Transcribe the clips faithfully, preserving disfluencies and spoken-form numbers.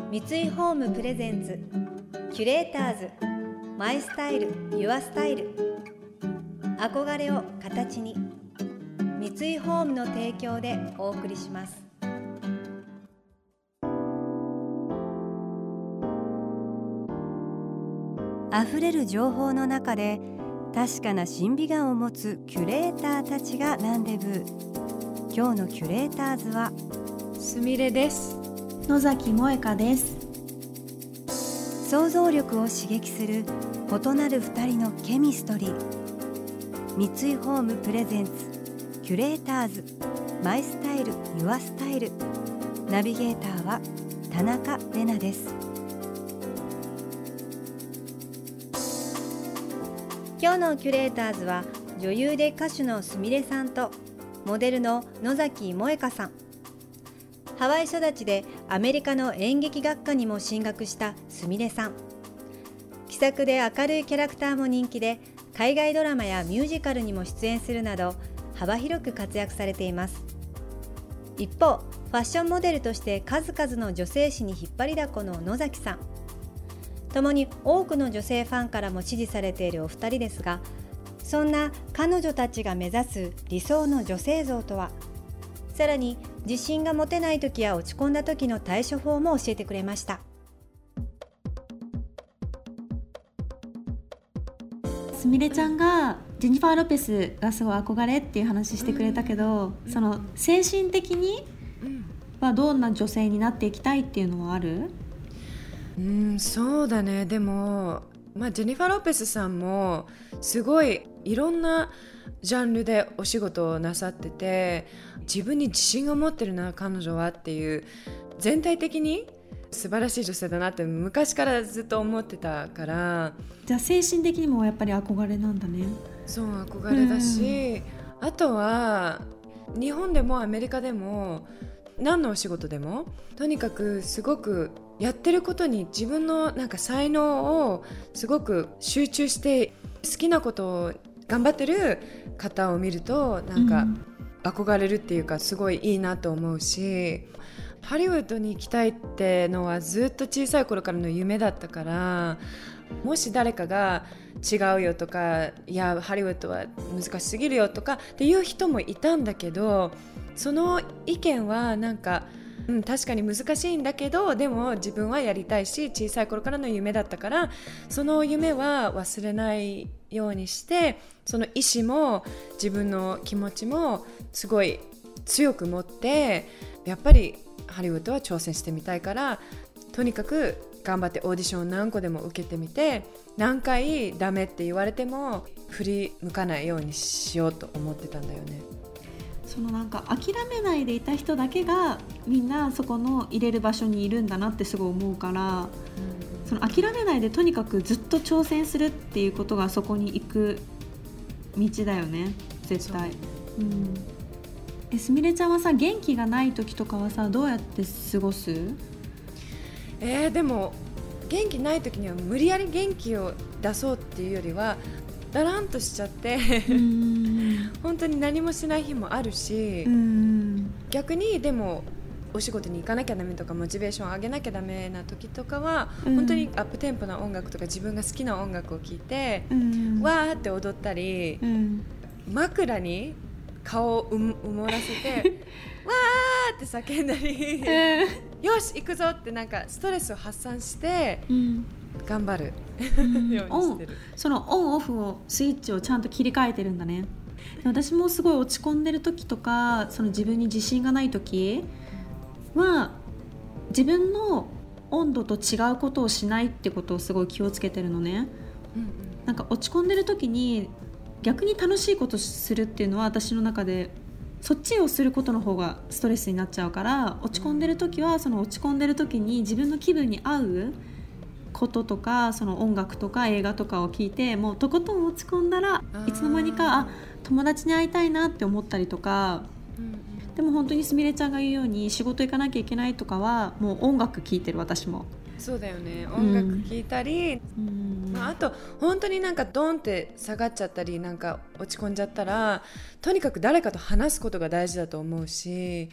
三井ホームプレゼンツキュレーターズマイスタイルユアスタイル、憧れを形に、三井ホームの提供でお送りします。あふれる情報の中で確かな審美眼を持つキュレーターたちがランデブー。今日のキュレーターズはすみれです。 野崎萌香です。 想像力を刺激する異なる二人のケミストリー。三井ホームプレゼンツキュレーターズマイスタイルユアスタイル、ナビゲーターは田中れなです。今日のキュレーターズは女優で歌手のすみれさんとモデルの野崎萌香さん。ハワイ育ちでアメリカの演劇学科にも進学したすみれさん。気さくで明るいキャラクターも人気で、海外ドラマやミュージカルにも出演するなど幅広く活躍されています。一方、ファッションモデルとして数々の女性誌に引っ張りだこの野崎さん。共に多くの女性ファンからも支持されているお二人ですが、そんな彼女たちが目指す理想の女性像とは。さらに自信が持てない時や落ち込んだ時の対処法も教えてくれました。 すみれちゃんがジェニファー・ロペスがすごい憧れっていう話してくれたけど、うん、その精神的にはどんな女性になっていきたいっていうのはある？ うん、そうだね。でも、まあ、ジェニファー・ロペスさんもすごいいろんなジャンルでお仕事をなさってて、自分に自信を持ってるな彼女はっていう、全体的に素晴らしい女性だなって昔からずっと思ってたから。 じゃあ精神的にもやっぱり憧れなんだね。 そう、憧れだし、あとは日本でもアメリカでも何のお仕事でもとにかくすごくやってることに自分のなんか才能をすごく集中して好きなことを頑張ってる方を見るとなんか憧れるっていうか、すごいいいなと思うし、ハリウッドに行きたいってのはずっと小さい頃からの夢だったから、もし誰かが違うよとか、いやハリウッドは難しすぎるよとかっていう人もいたんだけど、その意見はなんか、うん、確かに難しいんだけど、でも自分はやりたいし、小さい頃からの夢だったから、その夢は忘れないようにして、その意志も自分の気持ちもすごい強く持って、やっぱりハリウッドは挑戦してみたいから、とにかく頑張ってオーディションを何個でも受けてみて、何回ダメって言われても振り向かないようにしようと思ってたんだよね。 そのなんか諦めないでいた人だけがみんなそこの入れる場所にいるんだなってすごい思うから、うん、その諦めないでとにかくずっと挑戦するっていうことがそこに行く道だよね、絶対。うん、えすみれちゃんはさ、元気がない時とかはさ、どうやって過ごす？ えー、でも元気ない時には無理やり元気を出そうっていうよりはだらんとしちゃって本当に何もしない日もあるし、逆にでもお仕事に行かなきゃダメとかモチベーションを上げなきゃダメな時とかは、本当にアップテンポな音楽とか自分が好きな音楽を聴いて、わーって踊ったり、枕に顔を埋もらせてわーって叫んだりよし行くぞってなんかストレスを発散して頑張る、うん、ようにしてる。 そのオンオフをスイッチをちゃんと切り替えてるんだね。私もすごい落ち込んでる時とか、その自分に自信がない時は自分の温度と違うことをしないってことをすごい気をつけてるのね、うんうん、なんか落ち込んでる時に逆に楽しいことするっていうのは、私の中でそっちをすることの方がストレスになっちゃうから、落ち込んでる時はその落ち込んでる時に自分の気分に合うこととか、その音楽とか映画とかを聞いて、もうとことん落ち込んだらいつの間にかあ友達に会いたいなって思ったりとか、うん、でも本当にすみれちゃんが言うように仕事行かなきゃいけないとかはもう音楽聴いてる。私もそうだよね、音楽聴いたり、うんまあ、あと本当になんかドンって下がっちゃったりなんか落ち込んじゃったら、とにかく誰かと話すことが大事だと思うし、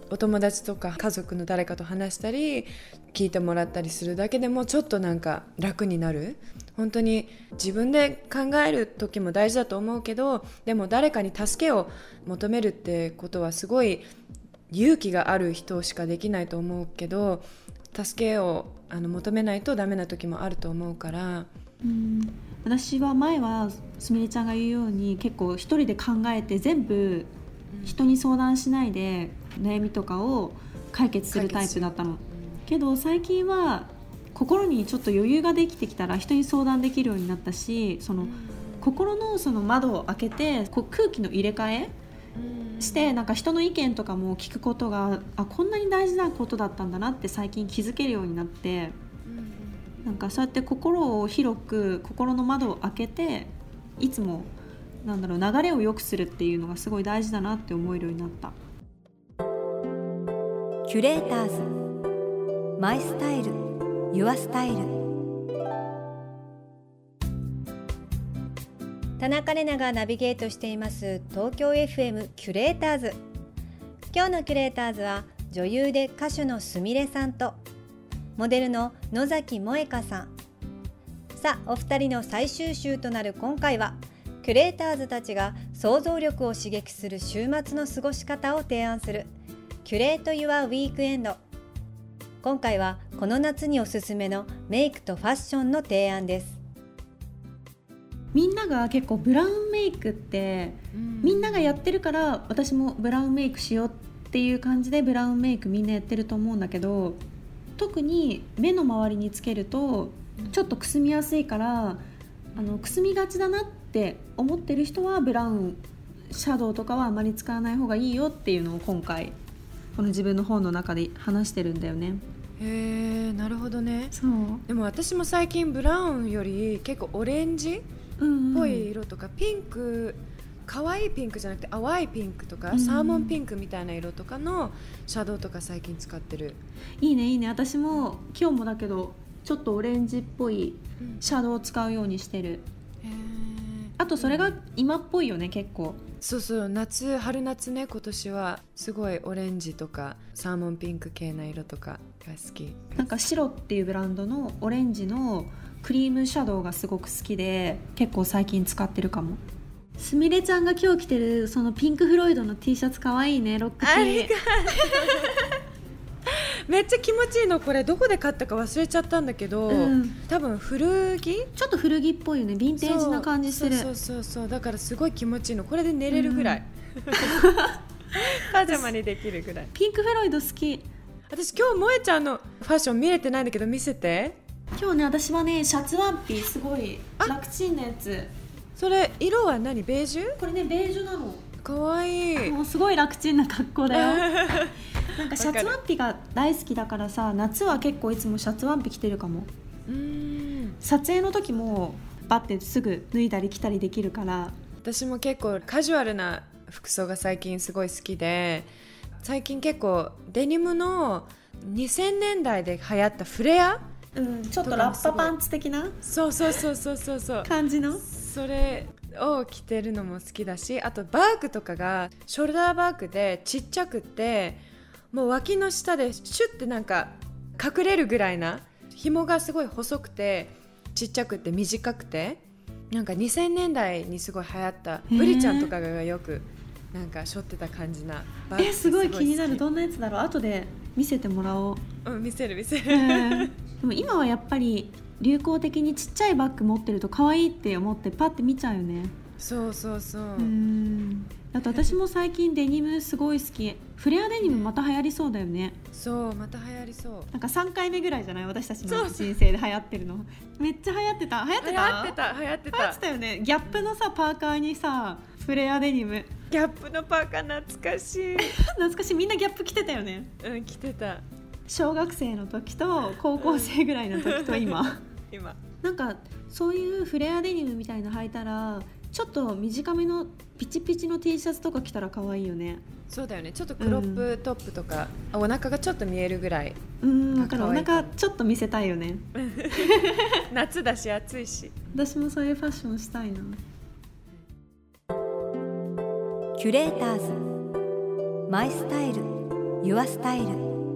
お友達とか家族の誰かと話したり聞いてもらったりするだけでもちょっとなんか楽になる。本当に自分で考える時も大事だと思うけど、でも誰かに助けを求めるってことはすごい勇気がある人しかできないと思うけど、助けをあの求めないとダメな時もあると思うから。 うん、私は前はすみれちゃんが言うように結構一人で考えて全部人に相談しないで悩みとかを解決するタイプだったの。けど最近は心にちょっと余裕ができてきたら人に相談できるようになったし、その心のその窓を開けてこう空気の入れ替えしてなんか人の意見とかも聞くことがあこんなに大事なことだったんだなって最近気づけるようになって、なんかそうやって心を広く心の窓を開けていつもなんだろう流れを良くするっていうのがすごい大事だなって思えるようになった。 キュレーターズマイスタイルユアスタイル。田中玲奈がナビゲートしています東京 エフエム キュレーターズ。今日のキュレーターズは女優で歌手のすみれさんとモデルの野崎萌香さん。さあお二人の最終週となる今回はキュレーターズたちが想像力を刺激する週末の過ごし方を提案するキュレート・ユア・ウィークエンド。今回はこの夏におすすめのメイクとファッションの提案です。 みんなが結構ブラウンメイクってみんながやってるから私もブラウンメイクしようっていう感じでブラウンメイクみんなやってると思うんだけど、特に目の周りにつけるとちょっとくすみやすいからあのくすみがちだなって思ってる人はブラウンシャドウとかはあまり使わない方がいいよっていうのを今回この自分の本の中で話してるんだよね。 へー、なるほどね。 そうでも私も最近ブラウンより結構オレンジっぽい色とか、うんうん、ピンク可愛いピンクじゃなくて淡いピンクとか、うん、サーモンピンクみたいな色とかのシャドウとか最近使ってる。 いいねいいね。私も今日もだけどちょっとオレンジっぽいシャドウを使うようにしてる、うん、へー。あとそれが今っぽいよね結構。 そうそう、夏春夏ね、今年はすごいオレンジとかサーモンピンク系な色とかが好き。 なんか白っていうブランドのオレンジのクリームシャドウがすごく好きで結構最近使ってるかも。すみれちゃんが今日着てるそのピンクフロイドの T シャツかわいいね。ロック T。 ありがとうめっちゃ気持ちいいの。これどこで買ったか忘れちゃったんだけど、うん、多分古着、 ちょっと古着っぽいよね。ヴィンテージな感じする。 そうそうそうそう、だからすごい気持ちいいの。これで寝れるぐらい、うん、パジャマにできるぐらい。 ピンクフロイド好き。 私今日萌えちゃんのファッション見れてないんだけど見せて。 今日ね私はねシャツワンピすごい楽ちんなやつ。 それ色は何？ベージュ？ これねベージュなの。 かわいい。 もうすごい楽ちんな格好だよなんかシャツワンピが大好きだからさ、夏は結構いつもシャツワンピ着てるかも。 うーん、 撮影の時もバッてすぐ脱いだり着たりできるから。 私も結構カジュアルな服装が最近すごい好きで、最近結構デニムのにせんねんだいで流行ったフレア、 うん、ちょっとラッパパンツ的なそうそうそうそうそうそう感じのそれを着てるのも好きだし、あとバッグとかがショルダーバッグでちっちゃくてもう脇の下でシュッてなんか隠れるぐらいな、紐がすごい細くてちっちゃくて短くて、なんかにせんねんだいにすごい流行ったブリちゃんとかがよくなんか背負ってた感じなバッグ。 えすごい気になる。どんなやつだろう。後で見せてもらおう。 うん、見せる見せるでも今はやっぱり流行的にちっちゃいバッグ持ってると可愛いって思ってパッて見ちゃうよね。 そうそうそう。うーん、あと私も最近デニムすごい好き。フレアデニムまた流行りそうだよね。 そう、また流行りそう。 なんかさんかいめぐらいじゃない？私たちの人生で流行ってるの。めっちゃ流行ってた。流行ってた？ 流行ってた流行ってた流行ってたよね。ギャップのさパーカーにさフレアデニム。 ギャップのパーカー懐かしい懐かしい。みんなギャップ着てたよね。 うん、着てた。 小学生の時と高校生ぐらいの時と今今なんかそういうフレアデニムみたいな履いたらちょっと短めのピチピチの T シャツとか着たら可愛いよね。 そうだよね。ちょっとクロップトップとか、うん、お腹がちょっと見えるぐらい。 うん、だからお腹ちょっと見せたいよね夏だし暑いし。 私もそういうファッションしたいな。 キュレーターズマイスタイル Your Style。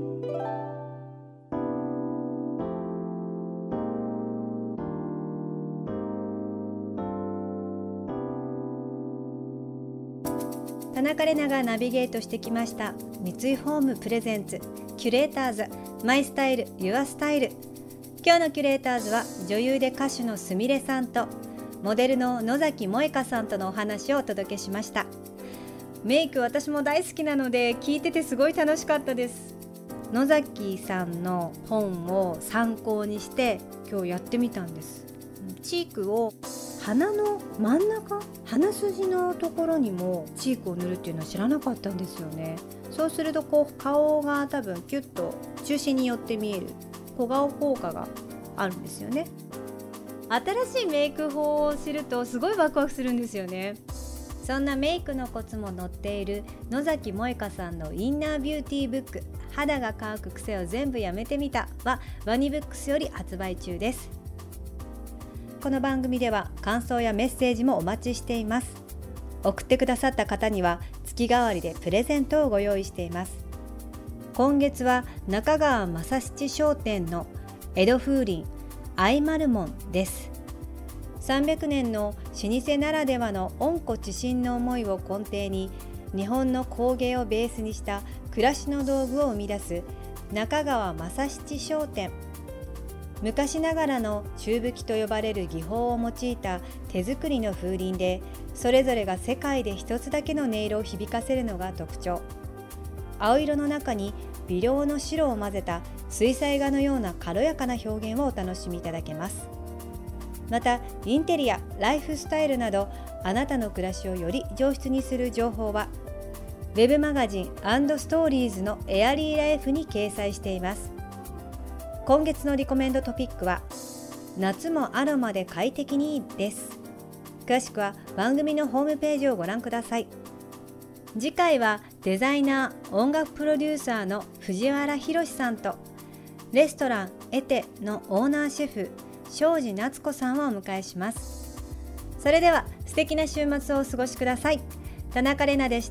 田中れながナビゲートしてきました三井ホームプレゼンツキュレーターズマイスタイルユアスタイル。今日のキュレーターズは女優で歌手のすみれさんとモデルの野崎萌香さんとのお話をお届けしました。メイク私も大好きなので聞いててすごい楽しかったです。野崎さんの本を参考にして今日やってみたんです。チークを鼻の真ん中、鼻筋のところにもチークを塗るっていうのは知らなかったんですよね。そうするとこう顔が多分キュッと中心に寄って見える小顔効果があるんですよね。新しいメイク法を知るとすごいワクワクするんですよね。そんなメイクのコツも載っている野崎萌香さんのインナービューティーブック肌が乾く癖を全部やめてみたはワニブックスより発売中です。この番組では感想やメッセージもお待ちしています。送ってくださった方には月替わりでプレゼントをご用意しています。今月は中川正七商店の江戸風鈴アイマルモンです。さんびゃくねんの老舗ならではの温故知新の思いを根底に日本の工芸をベースにした暮らしの道具を生み出す中川正七商店。昔ながらの中吹きと呼ばれる技法を用いた手作りの風鈴でそれぞれが世界で一つだけの音色を響かせるのが特徴。青色の中に微量の白を混ぜた水彩画のような軽やかな表現をお楽しみいただけます。またインテリア、ライフスタイルなどあなたの暮らしをより上質にする情報はウェブマガジン&ストーリーズのエアリーライフに掲載しています。今月のリコメンドトピックは夏もアロマで快適にです。詳しくは番組のホームページをご覧ください。次回はデザイナー、音楽プロデューサーの藤原宏さんとレストランエテのオーナーシェフ庄司夏子さんをお迎えします。それでは素敵な週末をお過ごしください。田中れなでした。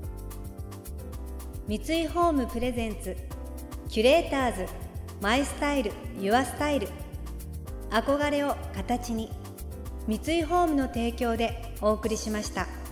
三井ホームプレゼンツキュレーターズマイスタイルユアスタイル。憧れを形に、三井ホームの提供でお送りしました。